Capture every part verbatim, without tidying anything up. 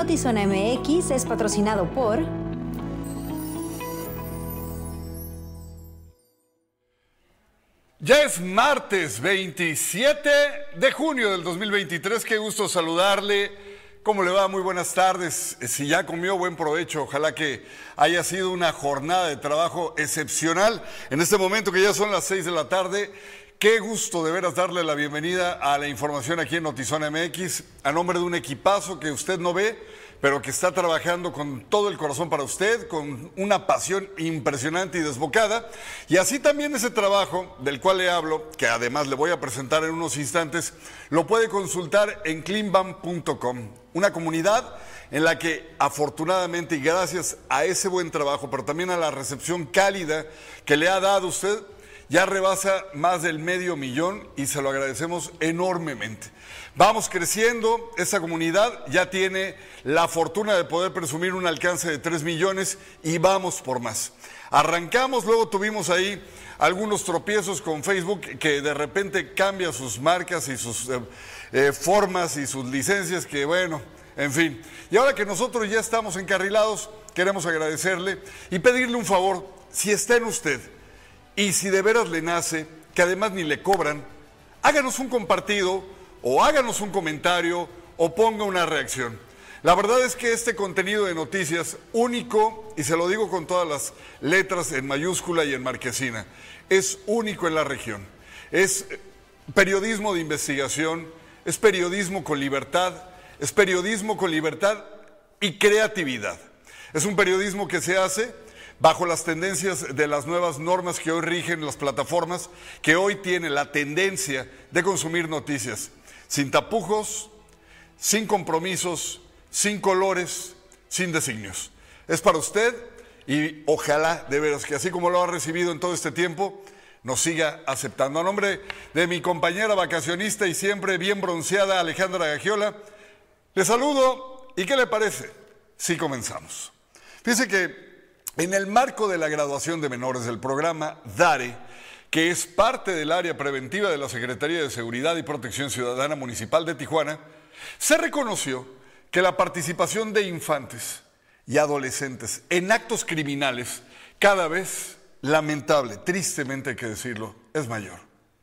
Notizona M X es patrocinado por... Ya es martes veintisiete de junio del dos mil veintitrés. Qué gusto saludarle. ¿Cómo le va? Muy buenas tardes. Si ya comió, buen provecho. Ojalá que haya sido una jornada de trabajo excepcional. En este momento que ya son las seis de la tarde, qué gusto de veras darle la bienvenida a la información aquí en Notizona M X, a nombre de un equipazo que usted no ve, pero que está trabajando con todo el corazón para usted, con una pasión impresionante y desbocada. Y así también ese trabajo del cual le hablo, que además le voy a presentar en unos instantes, lo puede consultar en cleanbam punto com, una comunidad en la que afortunadamente y gracias a ese buen trabajo, pero también a la recepción cálida que le ha dado usted, ya rebasa más del medio millón y se lo agradecemos enormemente. Vamos creciendo, esta comunidad ya tiene la fortuna de poder presumir un alcance de tres millones y vamos por más. Arrancamos, luego tuvimos ahí algunos tropiezos con Facebook que de repente cambia sus marcas y sus eh, eh, formas y sus licencias que bueno, en fin. Y ahora que nosotros ya estamos encarrilados, queremos agradecerle y pedirle un favor, si está en usted y si de veras le nace, que además ni le cobran, háganos un compartido o háganos un comentario o ponga una reacción. La verdad es que este contenido de noticias único, y se lo digo con todas las letras en mayúscula y en marquesina, es único en la región. Es periodismo de investigación, es periodismo con libertad, es periodismo con libertad y creatividad. Es un periodismo que se hace bajo las tendencias de las nuevas normas que hoy rigen las plataformas, que hoy tiene la tendencia de consumir noticias sin tapujos, sin compromisos, sin colores, sin designios. Es para usted y ojalá de veras que así como lo ha recibido en todo este tiempo, nos siga aceptando. A nombre de mi compañera vacacionista y siempre bien bronceada Alejandra Gagiola, le saludo y ¿qué le parece si comenzamos? Fíjese que en el marco de la graduación de menores del programa DARE, que es parte del área preventiva de la Secretaría de Seguridad y Protección Ciudadana Municipal de Tijuana, se reconoció que la participación de infantes y adolescentes en actos criminales cada vez, lamentable, tristemente hay que decirlo, es mayor.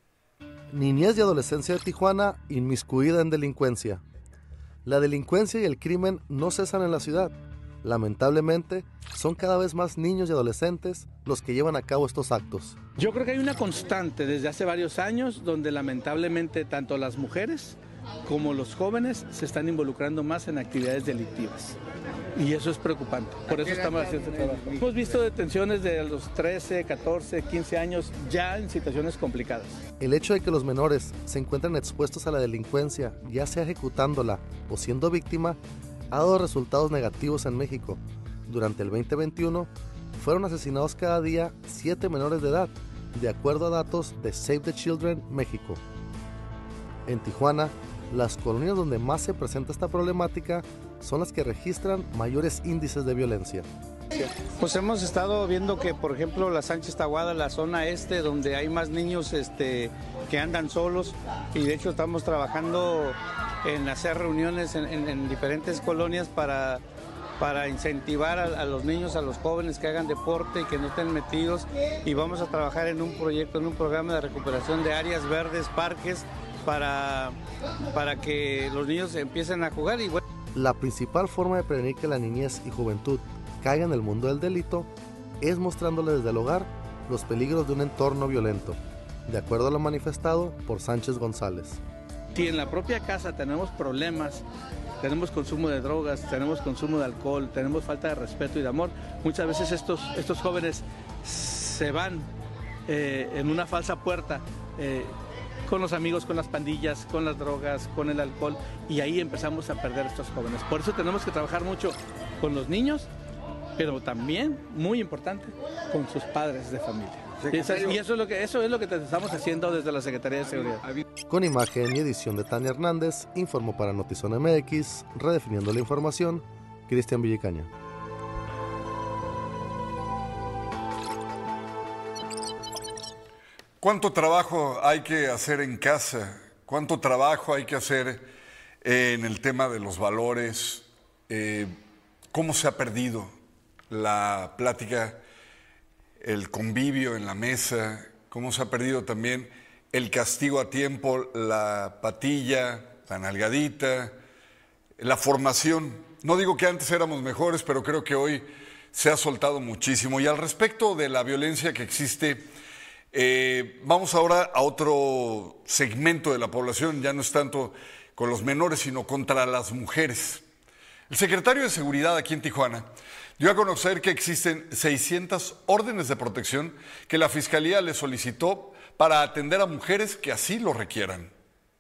Niñez y adolescencia de Tijuana inmiscuida en delincuencia. La delincuencia y el crimen no cesan en la ciudad. Lamentablemente, son cada vez más niños y adolescentes los que llevan a cabo estos actos. Yo creo que hay una constante desde hace varios años donde lamentablemente tanto las mujeres como los jóvenes se están involucrando más en actividades delictivas. Y eso es preocupante. Por eso estamos haciendo este trabajo. Hemos visto detenciones de los trece, catorce, quince años ya en situaciones complicadas. El hecho de que los menores se encuentren expuestos a la delincuencia, ya sea ejecutándola o siendo víctima, ha dado resultados negativos en México. Durante el veinte veintiuno fueron asesinados cada día siete menores de edad, de acuerdo a datos de Save the Children México. En Tijuana, las colonias donde más se presenta esta problemática son las que registran mayores índices de violencia. Pues hemos estado viendo que, por ejemplo, la Sánchez Tahuada, la zona este, donde hay más niños este, que andan solos, y de hecho estamos trabajando en hacer reuniones en, en, en diferentes colonias para, para incentivar a, a los niños, a los jóvenes que hagan deporte y que no estén metidos, y vamos a trabajar en un proyecto, en un programa de recuperación de áreas verdes, parques, para, para que los niños empiecen a jugar. Y bueno. La principal forma de prevenir que la niñez y juventud caiga en el mundo del delito es mostrándole desde el hogar los peligros de un entorno violento, de acuerdo a lo manifestado por Sánchez González. Si en la propia casa tenemos problemas, tenemos consumo de drogas, tenemos consumo de alcohol, tenemos falta de respeto y de amor, muchas veces estos, estos jóvenes se van eh, en una falsa puerta eh, con los amigos, con las pandillas, con las drogas, con el alcohol, y ahí empezamos a perder a estos jóvenes. Por eso tenemos que trabajar mucho con los niños, pero también, muy importante, con sus padres de familia. Y eso, y eso es lo que eso es lo que estamos haciendo desde la Secretaría de Seguridad. Con imagen y edición de Tania Hernández, informó para Notizona M X, redefiniendo la información, Cristian Villicaña. ¿Cuánto trabajo hay que hacer en casa? ¿Cuánto trabajo hay que hacer en el tema de los valores, eh, cómo se ha perdido la plática, el convivio en la mesa, cómo se ha perdido también el castigo a tiempo, la patilla, la nalgadita, la formación. No digo que antes éramos mejores, pero creo que hoy se ha soltado muchísimo. Y al respecto de la violencia que existe, eh, vamos ahora a otro segmento de la población, ya no es tanto con los menores, sino contra las mujeres. El secretario de Seguridad aquí en Tijuana dio a conocer que existen seiscientas órdenes de protección que la Fiscalía le solicitó para atender a mujeres que así lo requieran.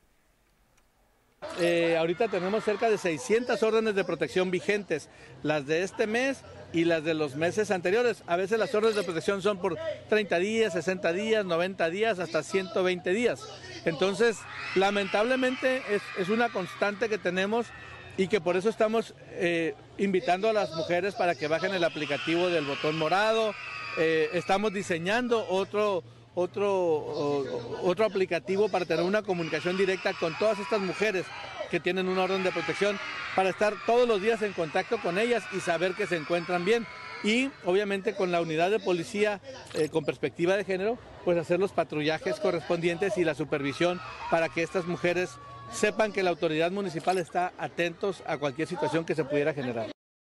Eh, ahorita tenemos cerca de seiscientas órdenes de protección vigentes, las de este mes y las de los meses anteriores. A veces las órdenes de protección son por treinta días, sesenta días, noventa días, hasta ciento veinte días. Entonces, lamentablemente es, es una constante que tenemos y que por eso estamos eh, invitando a las mujeres para que bajen el aplicativo del botón morado. Eh, estamos diseñando otro, otro, o, otro aplicativo para tener una comunicación directa con todas estas mujeres que tienen una orden de protección, para estar todos los días en contacto con ellas y saber que se encuentran bien. Y obviamente con la unidad de policía eh, con perspectiva de género, pues hacer los patrullajes correspondientes y la supervisión para que estas mujeres sepan que la autoridad municipal está atentos a cualquier situación que se pudiera generar.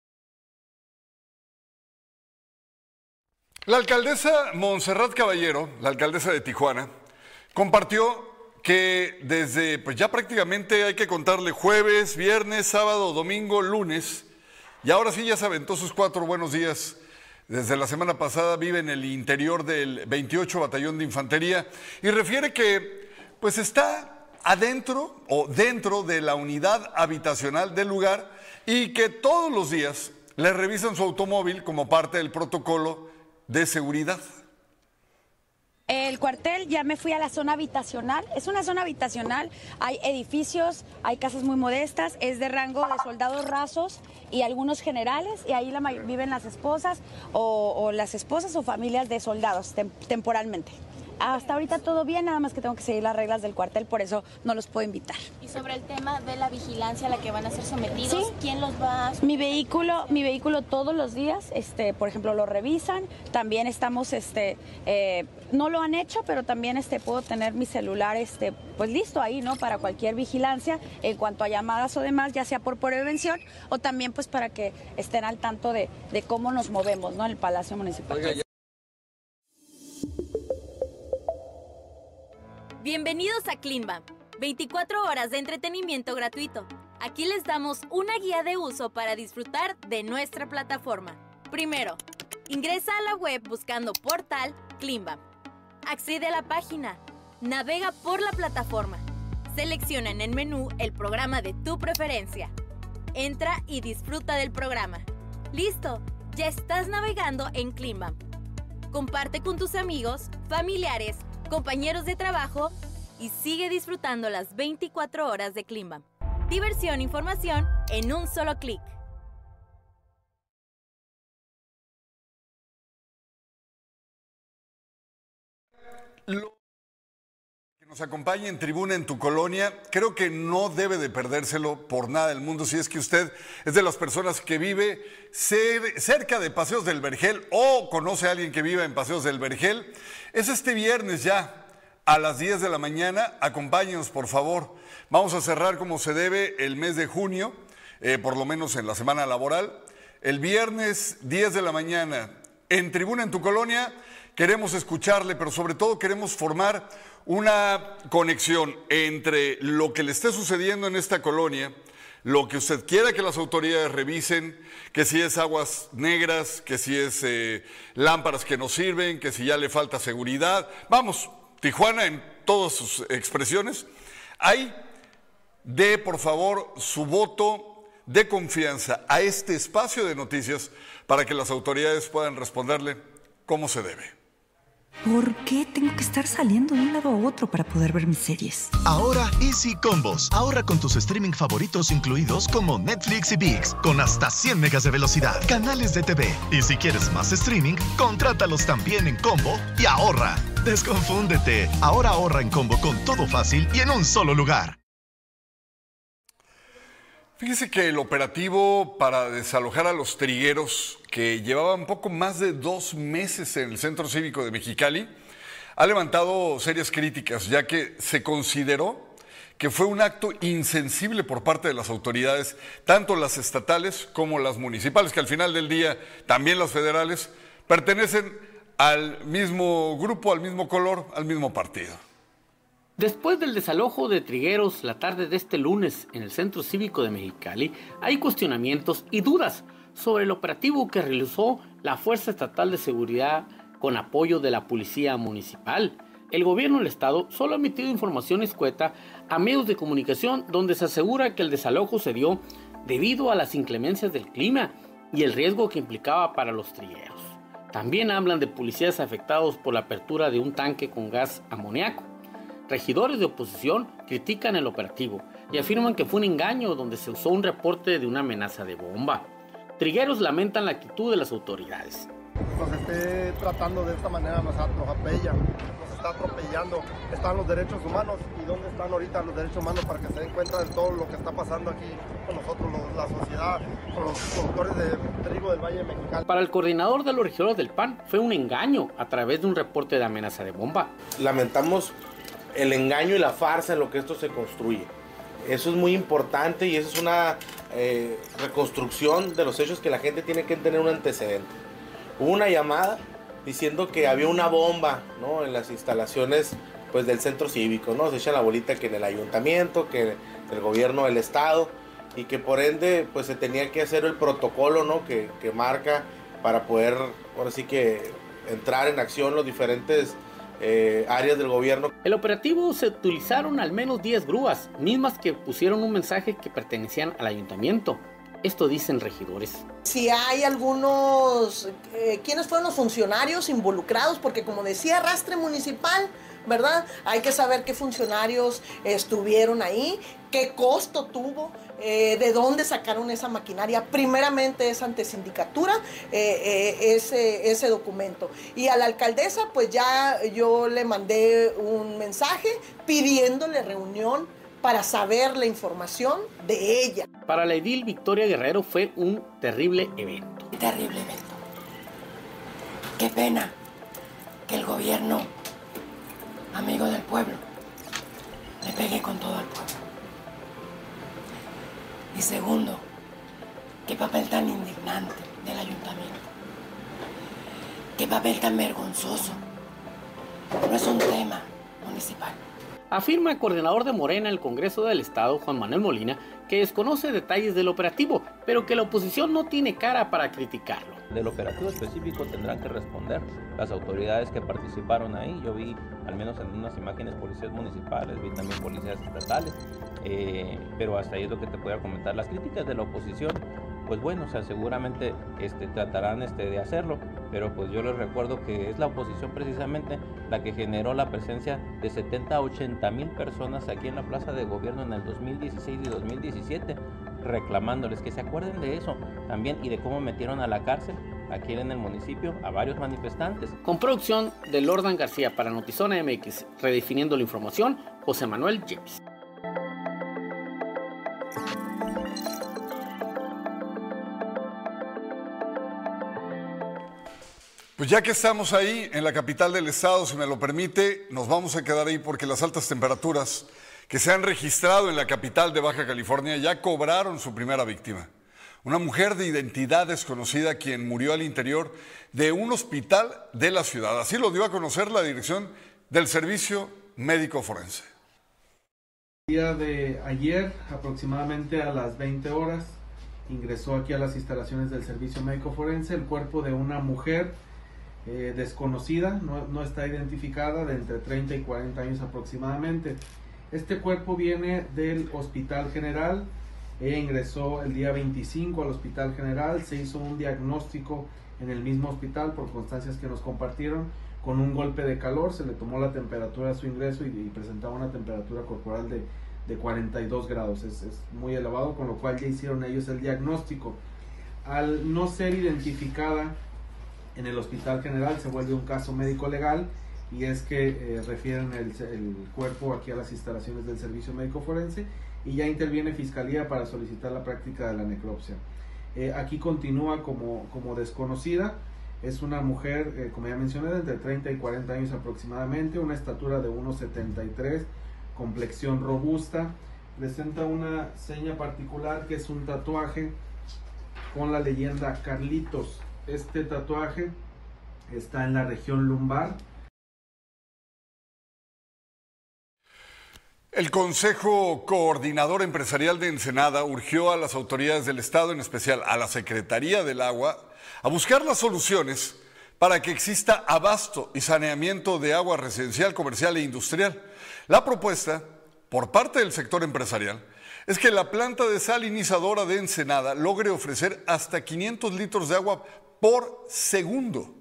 La alcaldesa Montserrat Caballero, la alcaldesa de Tijuana, compartió que desde, pues ya prácticamente hay que contarle jueves, viernes, sábado, domingo, lunes, y ahora sí ya se aventó sus cuatro buenos días. Desde la semana pasada vive en el interior del veintiocho Batallón de Infantería y refiere que pues está adentro o dentro de la unidad habitacional del lugar y que todos los días le revisan su automóvil como parte del protocolo de seguridad. El cuartel, ya me fui a la zona habitacional, es una zona habitacional, hay edificios, hay casas muy modestas, es de rango de soldados rasos y algunos generales, y ahí la, viven las esposas o, o las esposas o familias de soldados tem, temporalmente. Hasta ahorita todo bien, nada más que tengo que seguir las reglas del cuartel, por eso no los puedo invitar. Y sobre el tema de la vigilancia a la que van a ser sometidos, ¿sí? ¿Quién los va a...? Mi vehículo, mi vehículo todos los días, este, por ejemplo, lo revisan. También estamos, este, eh, no lo han hecho, pero también este, puedo tener mi celular, este, pues listo ahí, ¿no? Para cualquier vigilancia en cuanto a llamadas o demás, ya sea por prevención o también, pues, para que estén al tanto de, de cómo nos movemos, ¿no? En el Palacio Municipal. Oiga, ya... Bienvenidos a Climbam, veinticuatro horas de entretenimiento gratuito. Aquí les damos una guía de uso para disfrutar de nuestra plataforma. Primero, ingresa a la web buscando portal Climbam. Accede a la página, navega por la plataforma. Selecciona en el menú el programa de tu preferencia. Entra y disfruta del programa. ¡Listo! Ya estás navegando en Climbam. Comparte con tus amigos, familiares, compañeros de trabajo y sigue disfrutando las veinticuatro horas de Climbam. Diversión e información en un solo clic. Lo que nos acompañe en Tribuna en tu colonia, creo que no debe de perdérselo por nada del mundo si es que usted es de las personas que vive cerca de Paseos del Vergel o conoce a alguien que vive en Paseos del Vergel. Es este viernes ya, a las diez de la mañana. Acompáñenos, por favor. Vamos a cerrar como se debe el mes de junio, eh, por lo menos en la semana laboral. El viernes, diez de la mañana, en Tribuna en tu colonia, queremos escucharle, pero sobre todo queremos formar una conexión entre lo que le esté sucediendo en esta colonia, lo que usted quiera que las autoridades revisen, que si es aguas negras, que si es eh, lámparas que no sirven, que si ya le falta seguridad. Vamos, Tijuana en todas sus expresiones. Ahí, dé por favor su voto de confianza a este espacio de noticias para que las autoridades puedan responderle como se debe. ¿Por qué tengo que estar saliendo de un lado a otro para poder ver mis series? Ahora Easy Combos. Ahorra con tus streaming favoritos incluidos como Netflix y ViX con hasta cien megas de velocidad, canales de T V. Y si quieres más streaming, contrátalos también en combo y ahorra. Desconfúndete. Ahora ahorra en combo con todo fácil y en un solo lugar. Fíjese que el operativo para desalojar a los trigueros, que llevaban poco más de dos meses en el Centro Cívico de Mexicali, ha levantado serias críticas, ya que se consideró que fue un acto insensible por parte de las autoridades, tanto las estatales como las municipales, que al final del día, también las federales, pertenecen al mismo grupo, al mismo color, al mismo partido. Después del desalojo de trigueros la tarde de este lunes en el Centro Cívico de Mexicali, hay cuestionamientos y dudas sobre el operativo que realizó la Fuerza Estatal de Seguridad con apoyo de la Policía Municipal. El gobierno del estado solo ha emitido información escueta a medios de comunicación donde se asegura que el desalojo se dio debido a las inclemencias del clima y el riesgo que implicaba para los trigueros. También hablan de policías afectados por la apertura de un tanque con gas amoníaco. Regidores de oposición critican el operativo y afirman que fue un engaño donde se usó un reporte de una amenaza de bomba. Trigueros lamentan la actitud de las autoridades. Nos esté tratando de esta manera, nos, nos apella, nos está atropellando. Están los derechos humanos, y dónde están ahorita los derechos humanos para que se den cuenta de todo lo que está pasando aquí con nosotros, los, la sociedad, con los productores de trigo del Valle de Mexicali. Para el coordinador de los regidores del P A N fue un engaño a través de un reporte de amenaza de bomba. Lamentamos el engaño y la farsa en lo que esto se construye. Eso es muy importante y eso es una eh, reconstrucción de los hechos que la gente tiene que tener un antecedente. Hubo una llamada diciendo que había una bomba, ¿no?, en las instalaciones, pues, del centro cívico, ¿no? Se echan la bolita que en el ayuntamiento, que en el gobierno del estado, y que por ende pues se tenía que hacer el protocolo, ¿no?, que, que marca para poder, ahora sí que, entrar en acción los diferentes Eh, áreas del gobierno. El operativo se utilizaron al menos diez grúas, mismas que pusieron un mensaje que pertenecían al ayuntamiento. Esto dicen regidores. Si hay algunos, eh, ¿quiénes fueron los funcionarios involucrados? Porque como decía, arrastre municipal, ¿verdad? Hay que saber qué funcionarios estuvieron ahí, qué costo tuvo, eh, de dónde sacaron esa maquinaria. Primeramente es ante sindicatura eh, eh, ese, ese documento. Y a la alcaldesa pues ya yo le mandé un mensaje pidiéndole reunión para saber la información de ella. Para la edil Victoria Guerrero fue un terrible evento. Terrible evento. Qué pena que el gobierno, amigo del pueblo, le pegue con todo al pueblo. Y segundo, qué papel tan indignante del ayuntamiento. Qué papel tan vergonzoso. No es un tema municipal. Afirma el coordinador de Morena en el Congreso del Estado, Juan Manuel Molina, que desconoce detalles del operativo, pero que la oposición no tiene cara para criticarlo. Del operativo específico tendrán que responder las autoridades que participaron ahí. Yo vi, al menos en unas imágenes, policías municipales, vi también policías estatales, eh, pero hasta ahí es lo que te puedo comentar. Las críticas de la oposición, pues bueno, o sea, seguramente este, tratarán este, de hacerlo, pero pues yo les recuerdo que es la oposición precisamente la que generó la presencia de setenta a ochenta mil personas aquí en la Plaza de Gobierno en el dos mil dieciséis y dos mil diecisiete, reclamándoles que se acuerden de eso también y de cómo metieron a la cárcel aquí en el municipio a varios manifestantes. Con producción de Lordan García para Notizona M X, redefiniendo la información, José Manuel Yepes. Pues ya que estamos ahí en la capital del estado, si me lo permite, nos vamos a quedar ahí porque las altas temperaturas que se han registrado en la capital de Baja California ya cobraron su primera víctima. Una mujer de identidad desconocida quien murió al interior de un hospital de la ciudad. Así lo dio a conocer la dirección del Servicio Médico Forense. El día de ayer, aproximadamente a las veinte horas, ingresó aquí a las instalaciones del Servicio Médico Forense el cuerpo de una mujer Eh, desconocida, no, no está identificada, de entre treinta y cuarenta años aproximadamente. Este cuerpo viene del Hospital General, ella ingresó el día veinticinco al Hospital General, se hizo un diagnóstico en el mismo hospital por constancias que nos compartieron, con un golpe de calor, se le tomó la temperatura a su ingreso y, y presentaba una temperatura corporal de, de cuarenta y dos grados, es, es muy elevado, con lo cual ya hicieron ellos el diagnóstico. Al no ser identificada en el Hospital General se vuelve un caso médico legal y es que eh, refieren el, el cuerpo aquí a las instalaciones del Servicio Médico Forense y ya interviene Fiscalía para solicitar la práctica de la necropsia. Eh, aquí continúa como, como desconocida. Es una mujer, eh, como ya mencioné, de entre treinta y cuarenta años aproximadamente, una estatura de uno setenta y tres, complexión robusta, presenta una seña particular que es un tatuaje con la leyenda Carlitos. Este tatuaje está en la región lumbar. El Consejo Coordinador Empresarial de Ensenada urgió a las autoridades del Estado, en especial a la Secretaría del Agua, a buscar las soluciones para que exista abasto y saneamiento de agua residencial, comercial e industrial. La propuesta, por parte del sector empresarial, es que la planta desalinizadora de Ensenada logre ofrecer hasta quinientos litros de agua por segundo.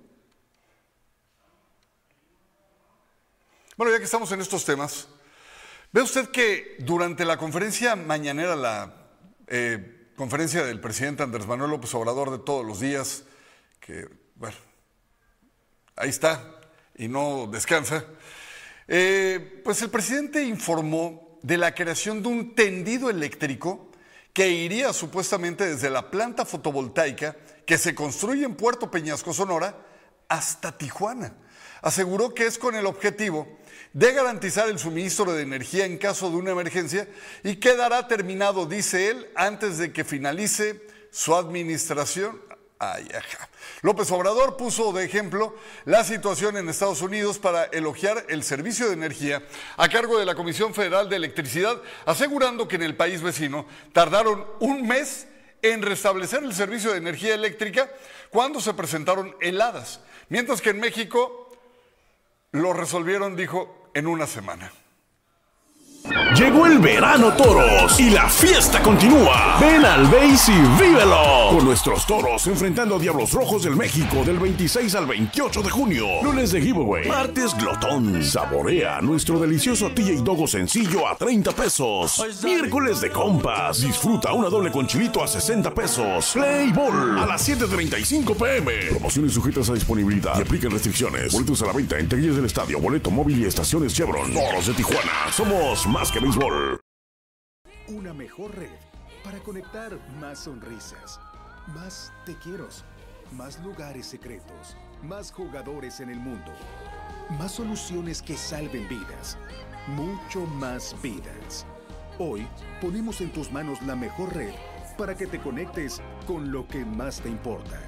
Bueno, ya que estamos en estos temas, ve usted que durante la conferencia mañanera, la eh, conferencia del presidente Andrés Manuel López Obrador de todos los días, que, bueno, ahí está y no descansa, eh, pues el presidente informó de la creación de un tendido eléctrico que iría supuestamente desde la planta fotovoltaica que se construye en Puerto Peñasco, Sonora, hasta Tijuana. Aseguró que es con el objetivo de garantizar el suministro de energía en caso de una emergencia y quedará terminado, dice él, antes de que finalice su administración. Ay, ajá. López Obrador puso de ejemplo la situación en Estados Unidos para elogiar el servicio de energía a cargo de la Comisión Federal de Electricidad, asegurando que en el país vecino tardaron un mes en restablecer el servicio de energía eléctrica cuando se presentaron heladas, mientras que en México lo resolvieron, dijo, en una semana. Llegó el verano, toros, y la fiesta continúa. Ven al Base y vívelo. Con nuestros toros enfrentando a Diablos Rojos del México del veintiséis al veintiocho de junio. Lunes de giveaway. Martes glotón. Saborea nuestro delicioso T J Dogo sencillo a treinta pesos. Miércoles de compas. Disfruta una doble con chilito a sesenta pesos. Play Ball a las siete treinta y cinco pm. Promociones sujetas a disponibilidad y aplican restricciones. Boletos a la venta en taquillas del estadio, boleto móvil y estaciones Chevron. Toros de Tijuana. Somos más que béisbol. Una mejor red para conectar más sonrisas, más te quieros, más lugares secretos, más jugadores en el mundo, más soluciones que salven vidas, mucho más vidas. Hoy ponemos en tus manos la mejor red para que te conectes con lo que más te importa.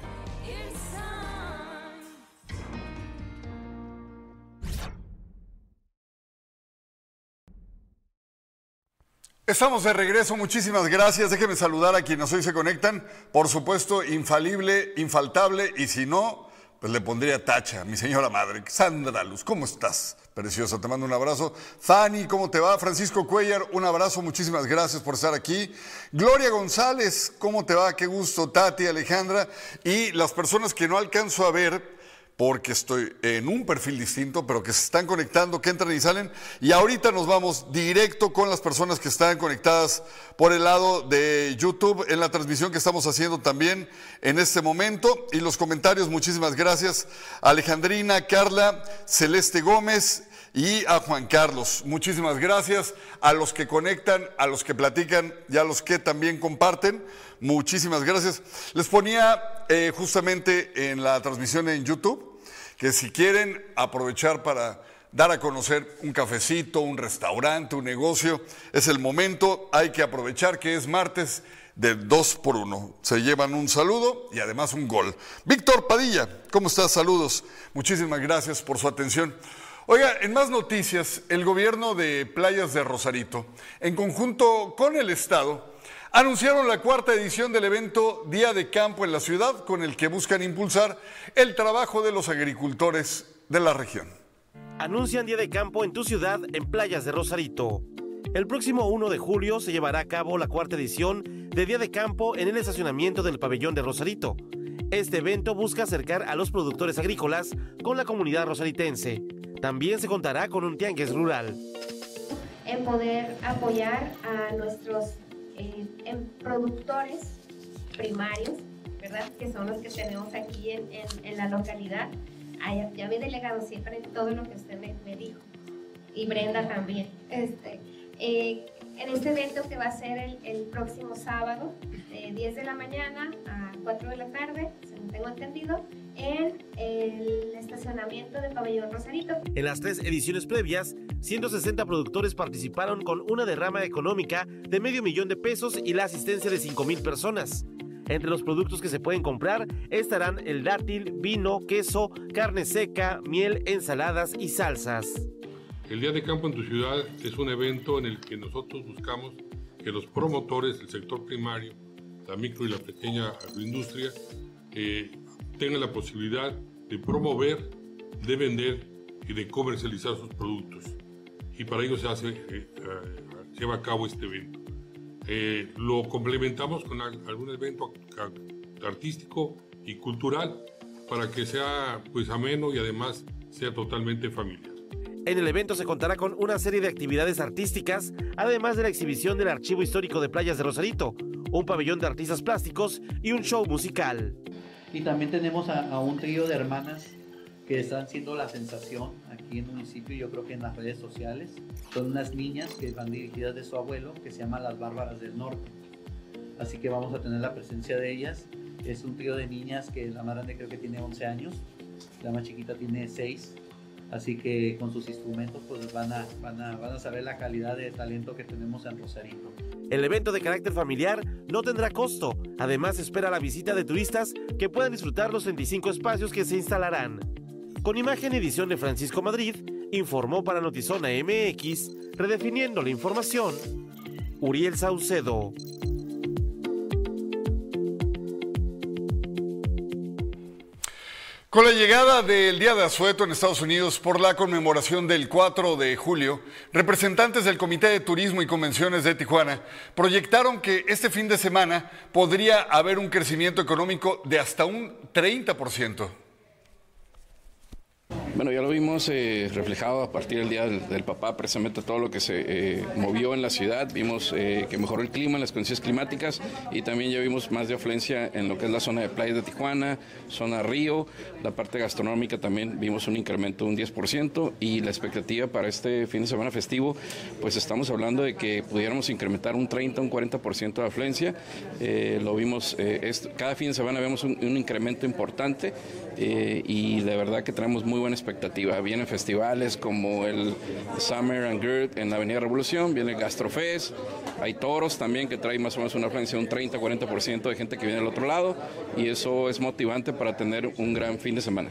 Estamos de regreso, muchísimas gracias. Déjenme saludar a quienes hoy se conectan. Por supuesto, infalible, infaltable, y si no, pues le pondría tacha, mi señora madre. Sandra Luz, ¿cómo estás? Preciosa, te mando un abrazo. Fanny, ¿cómo te va? Francisco Cuellar, un abrazo, muchísimas gracias por estar aquí. Gloria González, ¿cómo te va? Qué gusto. Tati, Alejandra, y las personas que no alcanzo a ver, porque estoy en un perfil distinto, pero que se están conectando, que entran y salen. Y ahorita nos vamos directo con las personas que están conectadas por el lado de YouTube, en la transmisión que estamos haciendo también en este momento. Y los comentarios, muchísimas gracias a Alejandrina, Carla, Celeste Gómez y a Juan Carlos. Muchísimas gracias a los que conectan, a los que platican y a los que también comparten. Muchísimas gracias. Les ponía eh, justamente en la transmisión en YouTube que si quieren aprovechar para dar a conocer un cafecito, un restaurante, un negocio, es el momento. Hay que aprovechar que es martes de dos por uno. Se llevan un saludo y además un gol. Víctor Padilla, ¿cómo estás? Saludos. Muchísimas gracias por su atención. Oiga, en más noticias, el gobierno de Playas de Rosarito, en conjunto con el Estado, anunciaron la cuarta edición del evento Día de Campo en la ciudad, con el que buscan impulsar el trabajo de los agricultores de la región. Anuncian Día de Campo en tu ciudad en Playas de Rosarito. El próximo uno de julio se llevará a cabo la cuarta edición de Día de Campo en el estacionamiento del Pabellón de Rosarito. Este evento busca acercar a los productores agrícolas con la comunidad rosaritense. También se contará con un tianguis rural. En poder apoyar a nuestros eh, en productores primarios, ¿verdad? Que son los que tenemos aquí en, en, en la localidad, a, ya mi delegado siempre en todo lo que usted me, me dijo, y Brenda también. Este, eh, en este evento que va a ser el, el próximo sábado, de diez de la mañana a cuatro de la tarde, según tengo entendido, en el estacionamiento de Pabellón Rosarito. En las tres ediciones previas, ciento sesenta productores participaron con una derrama económica de medio millón de pesos y la asistencia de cinco mil personas. Entre los productos que se pueden comprar estarán el dátil, vino, queso, carne seca, miel, ensaladas y salsas. El Día de Campo en tu Ciudad es un evento en el que nosotros buscamos que los promotores del sector primario, la micro y la pequeña agroindustria, eh, tengan la posibilidad de promover, de vender y de comercializar sus productos. Y para ello se hace, eh, eh, lleva a cabo este evento. Eh, lo complementamos con algún evento artístico y cultural para que sea pues ameno y además sea totalmente familiar. En el evento se contará con una serie de actividades artísticas, además de la exhibición del Archivo Histórico de Playas de Rosarito, un pabellón de artistas plásticos y un show musical. Y también tenemos a, a un trío de hermanas que están siendo la sensación aquí en el municipio, yo creo que en las redes sociales. Son unas niñas que van dirigidas de su abuelo, que se llaman las Bárbaras del Norte. Así que vamos a tener la presencia de ellas. Es un trío de niñas que la más grande creo que tiene once años, la más chiquita tiene seis. Así que con sus instrumentos pues van a, van a, van a saber la calidad de talento que tenemos en Rosarito. El evento de carácter familiar no tendrá costo. Además espera la visita de turistas que puedan disfrutar los treinta y cinco espacios que se instalarán. Con imagen y edición de Francisco Madrid, informó para Notizona M X, redefiniendo la información, Uriel Saucedo. Con la llegada del Día de Asueto en Estados Unidos por la conmemoración del cuatro de julio, representantes del Comité de Turismo y Convenciones de Tijuana proyectaron que este fin de semana podría haber un crecimiento económico de hasta un treinta por ciento. Bueno, ya lo vimos eh, reflejado a partir del Día del, del Papá, precisamente todo lo que se eh, movió en la ciudad. Vimos eh, que mejoró el clima, las condiciones climáticas, y también ya vimos más de afluencia en lo que es la zona de playas de Tijuana, zona Río, la parte gastronómica también vimos un incremento de un diez por ciento, y la expectativa para este fin de semana festivo, pues estamos hablando de que pudiéramos incrementar un treinta, un cuarenta por ciento de afluencia. Eh, lo vimos, eh, es, cada fin de semana vemos un, un incremento importante eh, y de verdad que tenemos muy buena expectativa. Vienen festivales como el Summer and Girth en la Avenida Revolución, viene el Gastrofest, hay toros también que trae más o menos una afluencia de un treinta, cuarenta por ciento de gente que viene del otro lado, y eso es motivante para tener un gran fin de semana.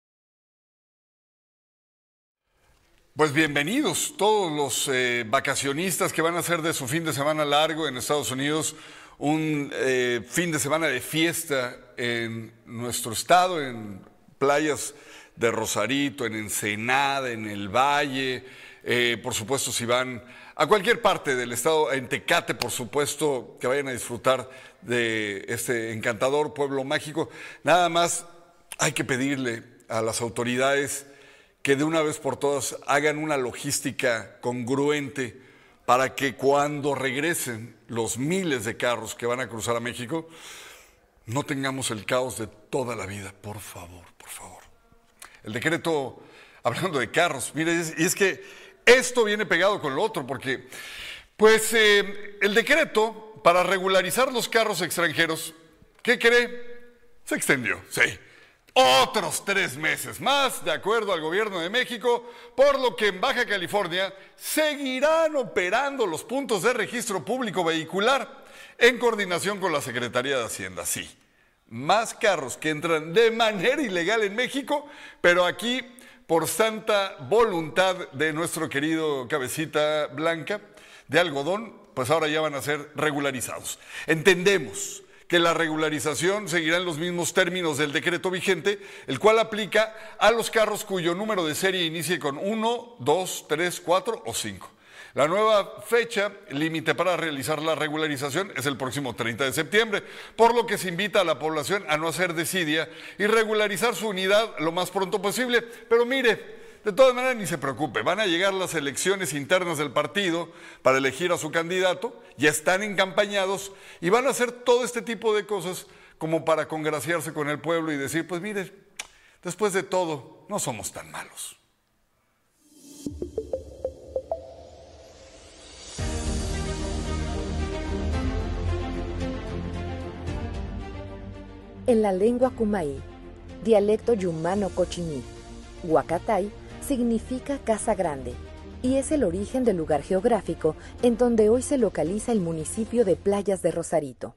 Pues bienvenidos todos los eh, vacacionistas que van a hacer de su fin de semana largo en Estados Unidos un eh, fin de semana de fiesta en nuestro estado, en playas de Rosarito, en Ensenada, en el Valle, eh, por supuesto si van a cualquier parte del estado, en Tecate, por supuesto, que vayan a disfrutar de este encantador pueblo mágico. Nada más hay que pedirle a las autoridades que de una vez por todas hagan una logística congruente para que cuando regresen los miles de carros que van a cruzar a México, no tengamos el caos de toda la vida, por favor, por favor. El decreto, hablando de carros, mire, y es que esto viene pegado con lo otro, porque pues eh, el decreto para regularizar los carros extranjeros, ¿qué cree? Se extendió, sí. Otros tres meses más, de acuerdo al gobierno de México, por lo que en Baja California seguirán operando los puntos de registro público vehicular en coordinación con la Secretaría de Hacienda, sí. Más carros que entran de manera ilegal en México, pero aquí, por santa voluntad de nuestro querido cabecita blanca de algodón, pues ahora ya van a ser regularizados. Entendemos que la regularización seguirá en los mismos términos del decreto vigente, el cual aplica a los carros cuyo número de serie inicie con uno, dos, tres, cuatro o cinco. La nueva fecha límite para realizar la regularización es el próximo treinta de septiembre, por lo que se invita a la población a no hacer desidia y regularizar su unidad lo más pronto posible. Pero mire, de todas maneras ni se preocupe, van a llegar las elecciones internas del partido para elegir a su candidato, ya están encampañados y van a hacer todo este tipo de cosas como para congraciarse con el pueblo y decir, pues mire, Después de todo, no somos tan malos. En la lengua kumaí, dialecto yumano-cochiní, Huacatay significa casa grande y es el origen del lugar geográfico en donde hoy se localiza el municipio de Playas de Rosarito.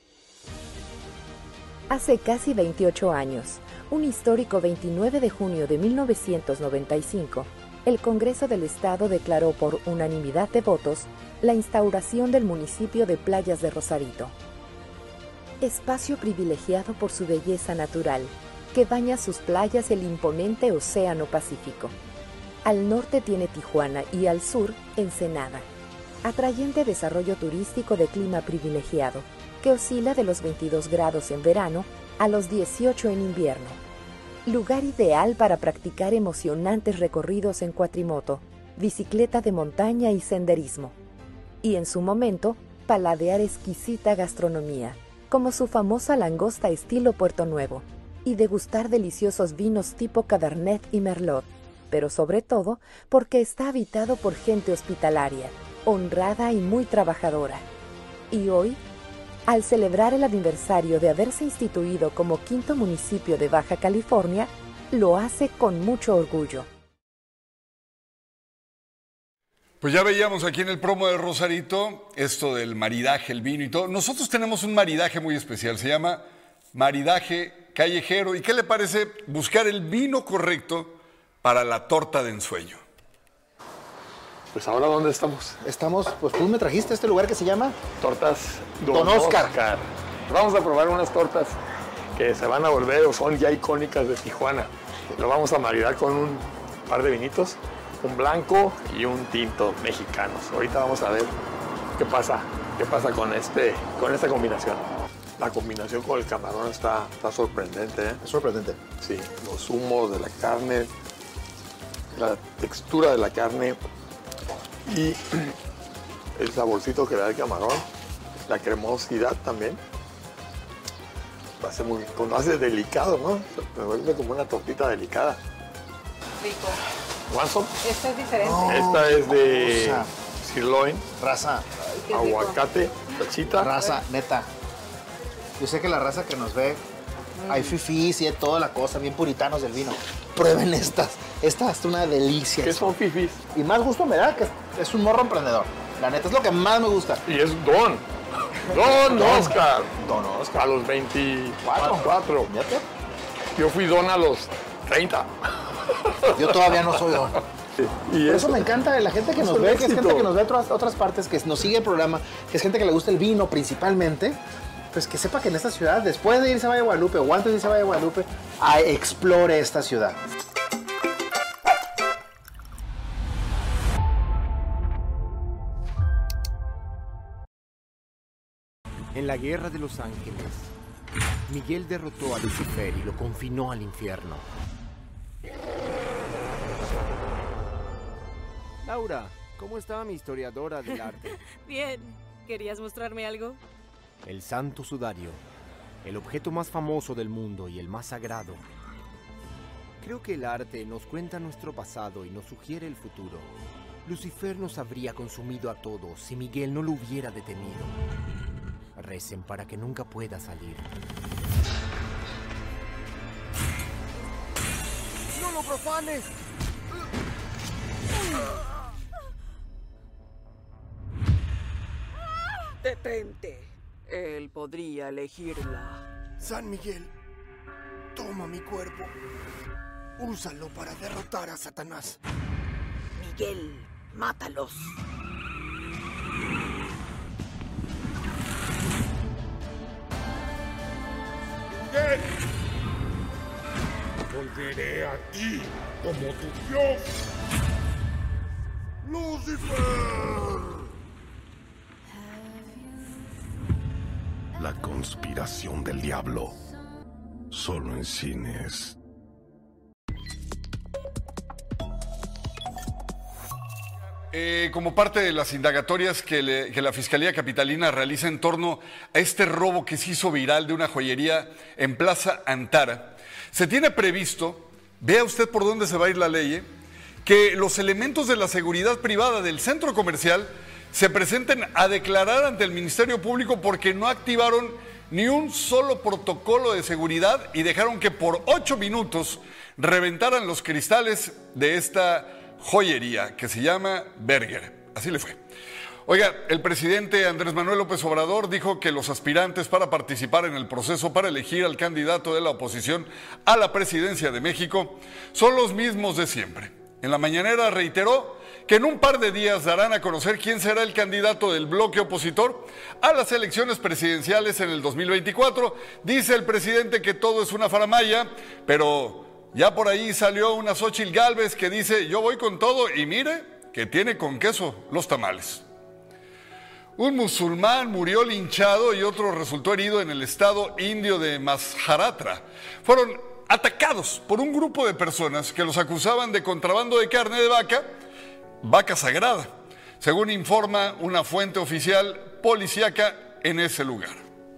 Hace casi veintiocho años, un histórico veintinueve de junio de mil novecientos noventa y cinco, el Congreso del Estado declaró por unanimidad de votos la instauración del municipio de Playas de Rosarito. Espacio privilegiado por su belleza natural, que baña sus playas el imponente Océano Pacífico. Al norte tiene Tijuana y al sur, Ensenada. Atrayente desarrollo turístico de clima privilegiado, que oscila de los veintidós grados en verano a los dieciocho en invierno. Lugar ideal para practicar emocionantes recorridos en cuatrimoto, bicicleta de montaña y senderismo. Y en su momento, paladear exquisita gastronomía, como su famosa langosta estilo Puerto Nuevo, y degustar deliciosos vinos tipo Cabernet y Merlot, pero sobre todo porque está habitado por gente hospitalaria, honrada y muy trabajadora. Y hoy, al celebrar el aniversario de haberse instituido como quinto municipio de Baja California, lo hace con mucho orgullo. Pues ya veíamos aquí en el promo de Rosarito esto del maridaje, el vino y todo. Nosotros tenemos un maridaje muy especial, se llama maridaje callejero. ¿Y qué le parece buscar el vino correcto para la torta de ensueño? Pues ahora, ¿dónde estamos? Estamos, pues tú me trajiste a este lugar que se llama Tortas Don, Don Oscar. Oscar. Vamos a probar unas tortas que se van a volver o son ya icónicas de Tijuana. Lo vamos a maridar con un par de vinitos, un blanco y un tinto mexicanos. Ahorita vamos a ver qué pasa, qué pasa con, este, con esta combinación. La combinación con el camarón está, está sorprendente, ¿eh? Es sorprendente. Sí, los humos de la carne, la textura de la carne y el saborcito que le da el camarón, la cremosidad también. Va a ser muy, cuando hace delicado, ¿no? Me vuelve como una tortita delicada. Rico. ¿Guanzo? Esta es diferente. No, Esta es de cosa. sirloin, Raza, aguacate, salsita. raza, neta. Yo sé que la raza que nos ve, mm. hay fifís y hay toda la cosa, bien puritanos del vino. Prueben estas. Esta es una delicia. ¿Qué son fifís? Y más gusto me da que es, es un morro emprendedor. La neta es lo que más me gusta. Y es Don. Don, Don. Oscar. Don Oscar. A los veinticuatro. Yo fui Don a los treinta. Yo todavía no soy Don. Y Por eso me encanta la gente que es nos un ve, que es éxito. gente que nos ve de otras, otras partes, que nos sigue el programa, que es gente que le gusta el vino principalmente, pues que sepa que en esta ciudad, después de irse a Valle de Guadalupe o antes de irse a Valle de Guadalupe, a explore esta ciudad. En la Guerra de los Ángeles, Miguel derrotó a Lucifer y lo confinó al infierno. Laura, ¿cómo está mi historiadora del arte? Bien. ¿Querías mostrarme algo? El Santo Sudario, el objeto más famoso del mundo y el más sagrado. Creo que el arte nos cuenta nuestro pasado y nos sugiere el futuro. Lucifer nos habría consumido a todos si Miguel no lo hubiera detenido. Recen para que nunca pueda salir. ¡No lo profanes! Detente. Él podría elegirla. San Miguel, toma mi cuerpo. Úsalo para derrotar a Satanás. Miguel, mátalos. Miguel, volveré a ti como tu Dios. ¡Lucifer! La conspiración del diablo. Solo en cines. eh, como parte de las indagatorias que, le, que la Fiscalía Capitalina realiza en torno a este robo que se hizo viral de una joyería en Plaza Antara, se tiene previsto, vea usted por dónde se va a ir la ley, ¿eh? que los elementos de la seguridad privada del centro comercial se presenten a declarar ante el Ministerio Público porque no activaron ni un solo protocolo de seguridad y dejaron que por ocho minutos reventaran los cristales de esta joyería que se llama Berger. Así le fue. Oiga, el presidente Andrés Manuel López Obrador dijo que los aspirantes para participar en el proceso para elegir al candidato de la oposición a la presidencia de México son los mismos de siempre. En la mañanera reiteró que en un par de días darán a conocer quién será el candidato del bloque opositor a las elecciones presidenciales en el dos mil veinticuatro. Dice el presidente que todo es una faramalla, pero ya por ahí salió una Xóchitl Gálvez que dice, yo voy con todo y mire que tiene con queso los tamales. Un musulmán murió linchado y otro resultó herido en el estado indio de Maharashtra. Fueron atacados por un grupo de personas que los acusaban de contrabando de carne de vaca, vaca sagrada, según informa una fuente oficial policíaca en ese lugar.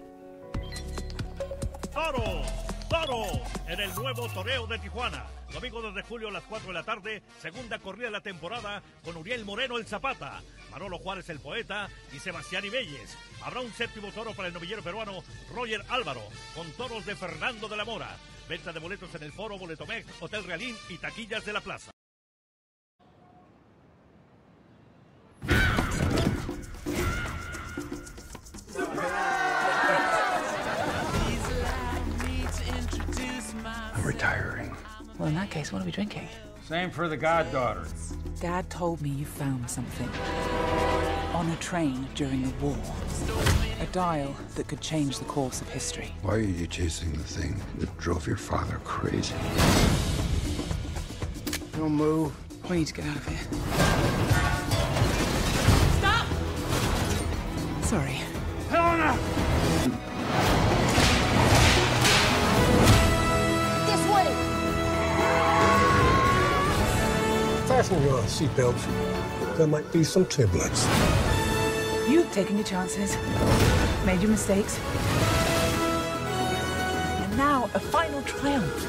¡Toro! ¡Toro! En el nuevo toreo de Tijuana. Domingo dos de julio a las cuatro de la tarde, segunda corrida de la temporada con Uriel Moreno el Zapata, Manolo Juárez el Poeta y Sebastián Ibelles. Habrá un séptimo toro para el novillero peruano Roger Álvaro, con toros de Fernando de la Mora. Venta de boletos en el Foro, Boletomex, Hotel Realín y taquillas de la plaza. I'm retiring. Well, in that case, what are we drinking? Same for the goddaughter. Dad told me you found something. On a train during the war. A dial that could change the course of history. Why are you chasing the thing that drove your father crazy? Don't move. We need to get out of here. Stop! Sorry. Helena! This way! Fasten your seatbelts. There might be some turbulence. You've taken your chances, made your mistakes, and now a final triumph.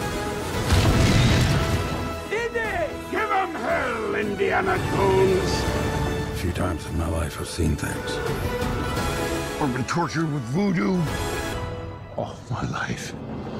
Indy! Give him hell, Indiana Jones! A few times in my life I've seen things. I've been tortured with voodoo all my life.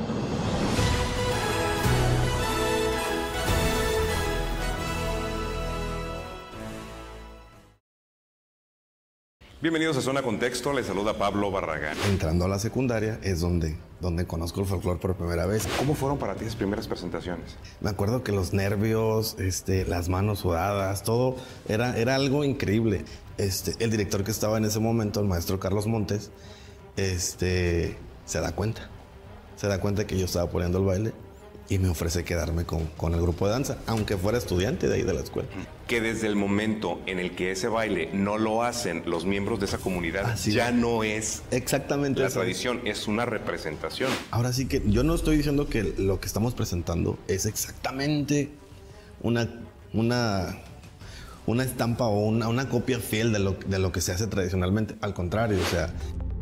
Bienvenidos a Zona Contexto, les saluda Pablo Barragán. Entrando a la secundaria es donde, donde conozco el folclore por primera vez. ¿Cómo fueron para ti esas primeras presentaciones? Me acuerdo que los nervios, este, las manos sudadas, todo era, era algo increíble. Este, el director que estaba en ese momento, el maestro Carlos Montes, este, se da cuenta. Se da cuenta que yo estaba poniendo el baile y me ofrece quedarme con, con el grupo de danza, aunque fuera estudiante de ahí de la escuela. Que desde el momento en el que ese baile no lo hacen los miembros de esa comunidad, Así ya es. no es exactamente la eso. tradición, es una representación. Ahora sí que yo no estoy diciendo que lo que estamos presentando es exactamente una, una, una estampa o una, una copia fiel de lo, de lo que se hace tradicionalmente. Al contrario, o sea...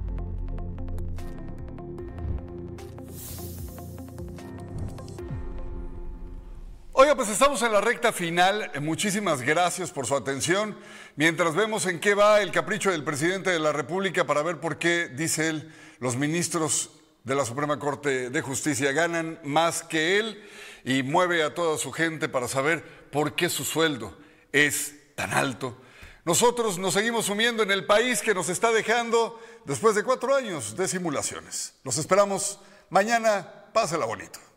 Oiga, pues estamos en la recta final. Muchísimas gracias por su atención. Mientras vemos en qué va el capricho del presidente de la República para ver por qué, dice él, los ministros de la Suprema Corte de Justicia ganan más que él y mueve a toda su gente para saber por qué su sueldo es tan alto. Nosotros nos seguimos sumiendo en el país que nos está dejando después de cuatro años de simulaciones. Los esperamos mañana. Pásela bonito.